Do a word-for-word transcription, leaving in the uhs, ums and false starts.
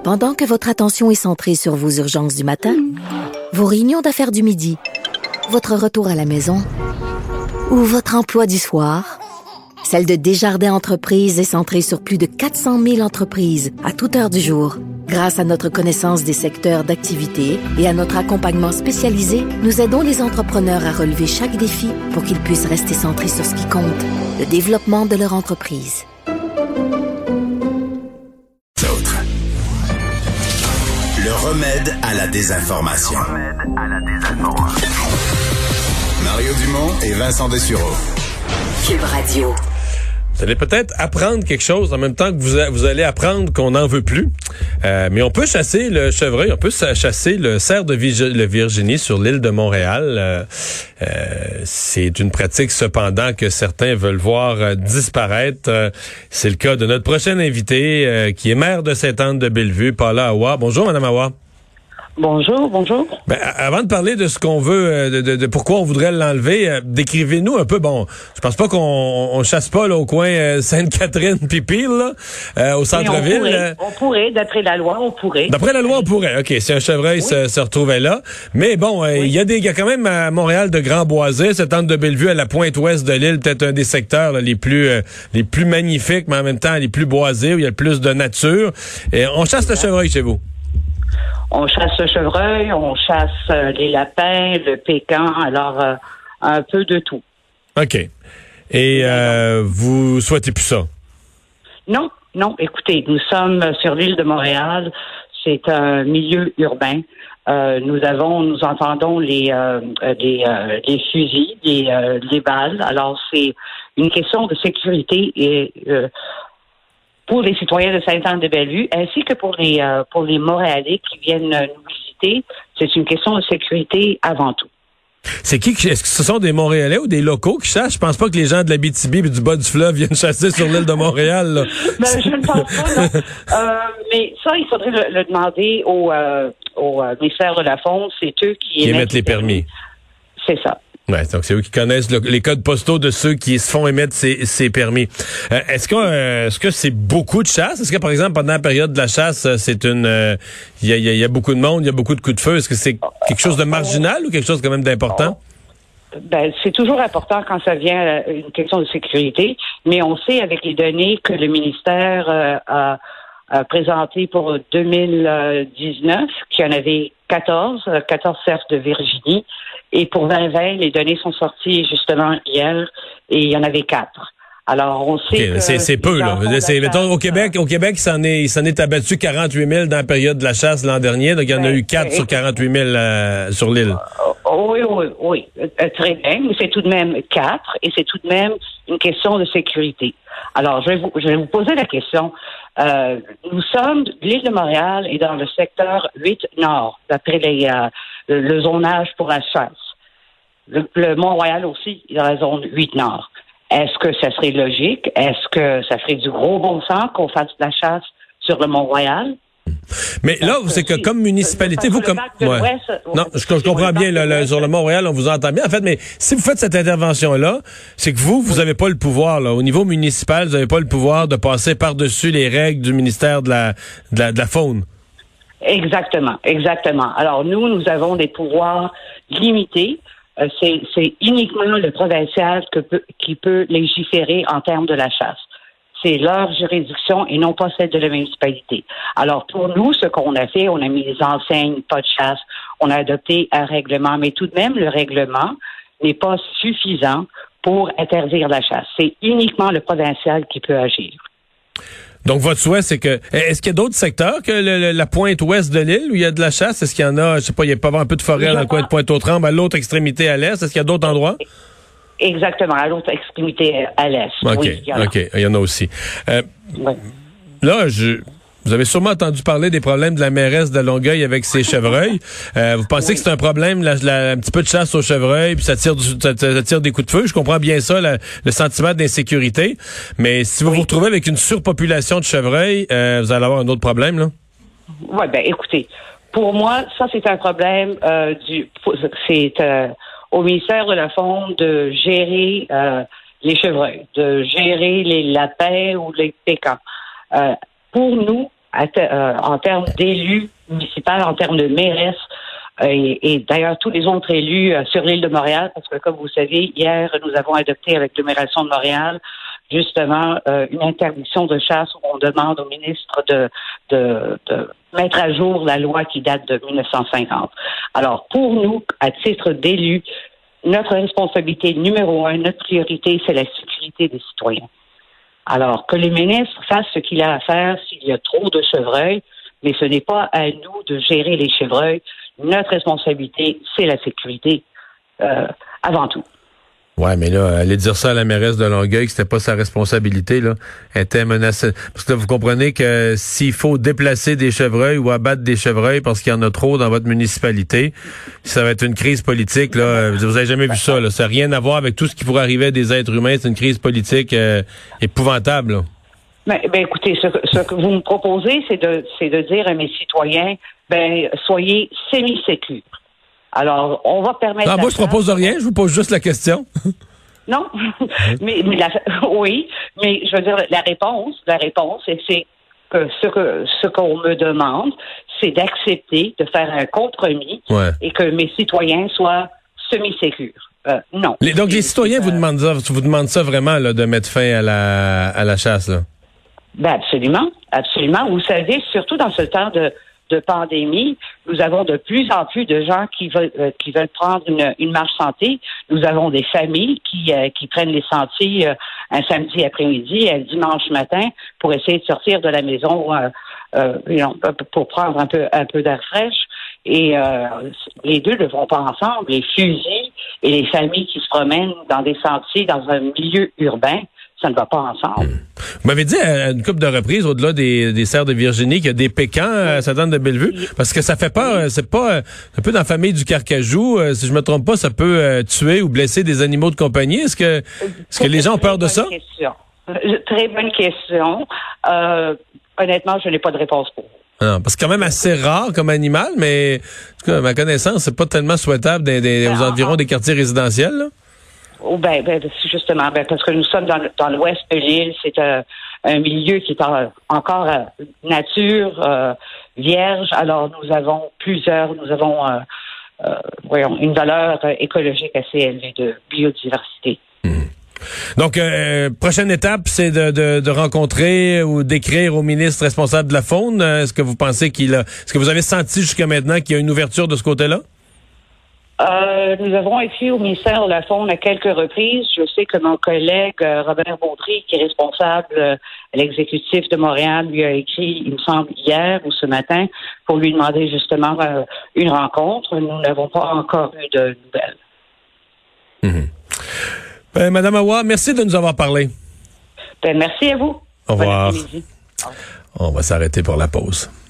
Pendant que votre attention est centrée sur vos urgences du matin, vos réunions d'affaires du midi, votre retour à la maison ou votre emploi du soir, celle de Desjardins Entreprises est centrée sur plus de quatre cent mille entreprises à toute heure du jour. Grâce à notre connaissance des secteurs d'activité et à notre accompagnement spécialisé, nous aidons les entrepreneurs à relever chaque défi pour qu'ils puissent rester centrés sur ce qui compte, le développement de leur entreprise. D'autres. Le remède à la désinformation. Le remède à la désinformation. Mario Dumont et Vincent Dessureau. Cube Radio. Vous allez peut-être apprendre quelque chose en même temps que vous, a, vous allez apprendre qu'on n'en veut plus. Euh, mais on peut chasser le chevreuil, on peut chasser le cerf de Virginie sur l'île de Montréal. Euh, euh, c'est une pratique cependant que certains veulent voir euh, disparaître. Euh, c'est le cas de notre prochaine invitée euh, qui est maire de Sainte-Anne-de-Bellevue, Paula Awa. Bonjour, Madame Awa. Bonjour, bonjour. Ben, avant de parler de ce qu'on veut, de, de, de pourquoi on voudrait l'enlever, euh, décrivez-nous un peu. Bon, je pense pas qu'on on chasse pas là, au coin euh, Sainte-Catherine puis Peel, là, euh, au centre-ville. On pourrait, euh, on pourrait, d'après la loi, on pourrait. D'après la loi, on pourrait. OK, si un chevreuil oui. se, se retrouvait là. Mais bon, il euh, oui. y a des, y a quand même à Montréal de grands boisés. Sainte-Anne-de-Bellevue à la pointe ouest de l'île, peut-être un des secteurs là, les plus euh, les plus magnifiques, mais en même temps les plus boisés, où il y a le plus de nature. Et on chasse le chevreuil chez vous. On chasse le chevreuil, on chasse euh, les lapins, le pécan, alors euh, un peu de tout. OK. Et euh, vous souhaitez plus ça? Non, non. Écoutez, nous sommes sur l'île de Montréal. C'est un milieu urbain. Euh, nous avons, nous entendons les euh, les, euh, les fusils, les, euh, les balles. Alors, c'est une question de sécurité et euh, pour les citoyens de Sainte-Anne-de-Bellevue, ainsi que pour les euh, pour les Montréalais qui viennent nous visiter, c'est une question de sécurité avant tout. C'est qui? Est-ce que ce sont des Montréalais ou des locaux qui chassent? Je pense pas que les gens de l'Abitibi et du bas du fleuve viennent chasser sur l'île de Montréal. Là. Ben, je ne pense pas, non. euh, mais ça, il faudrait le, le demander au, euh, au euh, ministère de la Faune. C'est eux qui, qui émettent les permis. permis. C'est ça. Ouais, donc c'est eux qui connaissent le, les codes postaux de ceux qui se font émettre ces, ces permis. Euh, est-ce que euh, est-ce que c'est beaucoup de chasse? Est-ce que par exemple pendant la période de la chasse, c'est une il euh, y, a, y a beaucoup de monde, il y a beaucoup de coups de feu? Est-ce que c'est quelque chose de marginal ou quelque chose quand même d'important? Ben, c'est toujours important quand ça vient à une question de sécurité, mais on sait avec les données que le ministère euh, a, a présenté pour deux mille dix-neuf qu'il y en avait quatorze, quatorze cerfs de Virginie. Et pour vingt vingt, les données sont sorties justement hier et il y en avait quatre. Alors, on sait okay, que... C'est, c'est peu, là. C'est, mettons, au Québec, au Québec, il s'en est, il s'en est abattu quarante-huit mille dans la période de la chasse l'an dernier. Donc, il y en ben, a eu quatre sur quarante-huit mille euh, sur l'île. Oui, oui, oui. Très bien. Mais c'est tout de même quatre et c'est tout de même une question de sécurité. Alors, je vais vous, je vais vous poser la question. Euh, nous sommes, l'île de Montréal est dans le secteur huit Nord, d'après les, euh, le, le zonage pour la chasse. Le, le Mont-Royal aussi est dans la zone huit Nord. Est-ce que ça serait logique? Est-ce que ça ferait du gros bon sens qu'on fasse de la chasse sur le Mont-Royal? Mais là, c'est que comme municipalité, vous comme... Ouais. Non, je, je comprends bien, là, là, sur le Mont-Royal, on vous entend bien. En fait, mais si vous faites cette intervention-là, c'est que vous, vous n'avez pas le pouvoir, là. Au niveau municipal, vous n'avez pas le pouvoir de passer par-dessus les règles du ministère de la, de la, de la Faune. Exactement, exactement. Alors, nous, nous avons des pouvoirs limités. Euh, c'est, c'est uniquement le provincial que peut, qui peut légiférer en termes de la chasse. C'est leur juridiction et non pas celle de la municipalité. Alors, pour nous, ce qu'on a fait, on a mis des enseignes, pas de chasse, on a adopté un règlement, mais tout de même, le règlement n'est pas suffisant pour interdire la chasse. C'est uniquement le provincial qui peut agir. Donc, votre souhait, c'est que... Est-ce qu'il y a d'autres secteurs que le, le, la pointe ouest de l'île où il y a de la chasse? Est-ce qu'il y en a, je sais pas, il y a pas un peu de forêt dans le coin de Pointe-aux-Trembles, à l'autre extrémité à l'est? Est-ce qu'il y a d'autres endroits? Exactement, à l'autre extrémité à l'est. OK, oui, il y en a. OK, il y en a aussi. Euh, oui. Là, je... Vous avez sûrement entendu parler des problèmes de la mairesse de Longueuil avec ses chevreuils. Euh, vous pensez oui. que c'est un problème, la, la, un petit peu de chasse aux chevreuils, puis ça tire, du, ça, ça tire des coups de feu? Je comprends bien ça, la, le sentiment d'insécurité. Mais si vous oui. vous retrouvez avec une surpopulation de chevreuils, euh, vous allez avoir un autre problème, là? Oui, ben écoutez, pour moi, ça, c'est un problème euh, du... C'est euh, au ministère de la Faune de gérer euh, les chevreuils, de gérer les lapins ou les pécans. Euh, pour nous, à te, euh, en termes d'élus municipaux, en termes de mairesse, euh, et, et d'ailleurs tous les autres élus euh, sur l'île de Montréal, parce que comme vous savez, hier, nous avons adopté avec l'agglomération de Montréal justement euh, une interdiction de chasse où on demande au ministre de, de, de mettre à jour la loi qui date de mille neuf cent cinquante. Alors, pour nous, à titre d'élus, notre responsabilité numéro un, notre priorité, c'est la sécurité des citoyens. Alors, que les ministres fassent ce qu'il a à faire s'il y a trop de chevreuils, mais ce n'est pas à nous de gérer les chevreuils. Notre responsabilité, c'est la sécurité euh, avant tout. Ouais, mais là, aller dire ça à la mairesse de Longueuil, que c'était pas sa responsabilité, là, elle était menacée. Parce que là, vous comprenez que s'il faut déplacer des chevreuils ou abattre des chevreuils parce qu'il y en a trop dans votre municipalité, ça va être une crise politique, là. Vous avez jamais vu ça, là. Ça n'a rien à voir avec tout ce qui pourrait arriver à des êtres humains. C'est une crise politique euh, épouvantable, là. Ben, ben écoutez, ce, ce que vous me proposez, c'est de, c'est de dire à mes citoyens, ben, soyez semi-sécures. Alors, on va permettre... Non, moi, je propose de rien, je vous pose juste la question. Non, mais, mais la, oui, mais je veux dire, la réponse, la réponse, c'est, c'est que ce que ce qu'on me demande, c'est d'accepter de faire un compromis ouais. et que mes citoyens soient semi-sécures. Euh, non. Les, donc, les citoyens euh, vous demandent ça, vous demandent ça vraiment, là, de mettre fin à la, à la chasse, là? Ben, absolument, absolument. Vous savez, surtout dans ce temps de de pandémie, nous avons de plus en plus de gens qui veulent euh, qui veulent prendre une, une marche santé. Nous avons des familles qui euh, qui prennent les sentiers euh, un samedi après-midi, un dimanche matin pour essayer de sortir de la maison euh, euh, pour prendre un peu un peu d'air fraîche. Et euh, les deux ne vont pas ensemble. Les fusils et les familles qui se promènent dans des sentiers dans un milieu urbain, ça ne va pas ensemble. Mmh. Vous m'avez dit à une couple de reprises, au-delà des, des serres de Virginie, qu'il y a des pécans à Sainte-Anne-de-Bellevue, parce que ça fait peur. C'est pas un peu dans la famille du carcajou. Si je me trompe pas, ça peut euh, tuer ou blesser des animaux de compagnie. Est-ce que, est-ce que les gens ont peur de ça? Question. Très bonne question. Euh, honnêtement, je n'ai pas de réponse pour vous. Non, parce que c'est quand même assez rare comme animal, mais en tout cas, à ma connaissance, c'est pas tellement souhaitable des, des, aux environs des quartiers résidentiels, là. Oh, ben, ben, justement, ben, parce que nous sommes dans, dans l'ouest de l'île, c'est euh, un milieu qui est en, encore euh, nature, euh, vierge. Alors, nous avons plusieurs, nous avons, euh, euh, voyons, une valeur euh, écologique assez élevée de biodiversité. Mmh. Donc, euh, prochaine étape, c'est de, de, de rencontrer ou d'écrire au ministre responsable de la faune. Est-ce que vous pensez qu'il a, est-ce que vous avez senti jusqu'à maintenant qu'il y a une ouverture de ce côté-là? Euh, nous avons écrit au ministère de la Faune à quelques reprises. Je sais que mon collègue euh, Robert Baudry, qui est responsable euh, à l'exécutif de Montréal, lui a écrit, il me semble, hier ou ce matin, pour lui demander justement euh, une rencontre. Nous n'avons pas encore eu de nouvelles. Mmh. Ben, Madame Awa, merci de nous avoir parlé. Ben, merci à vous. Au revoir. On va s'arrêter pour la pause.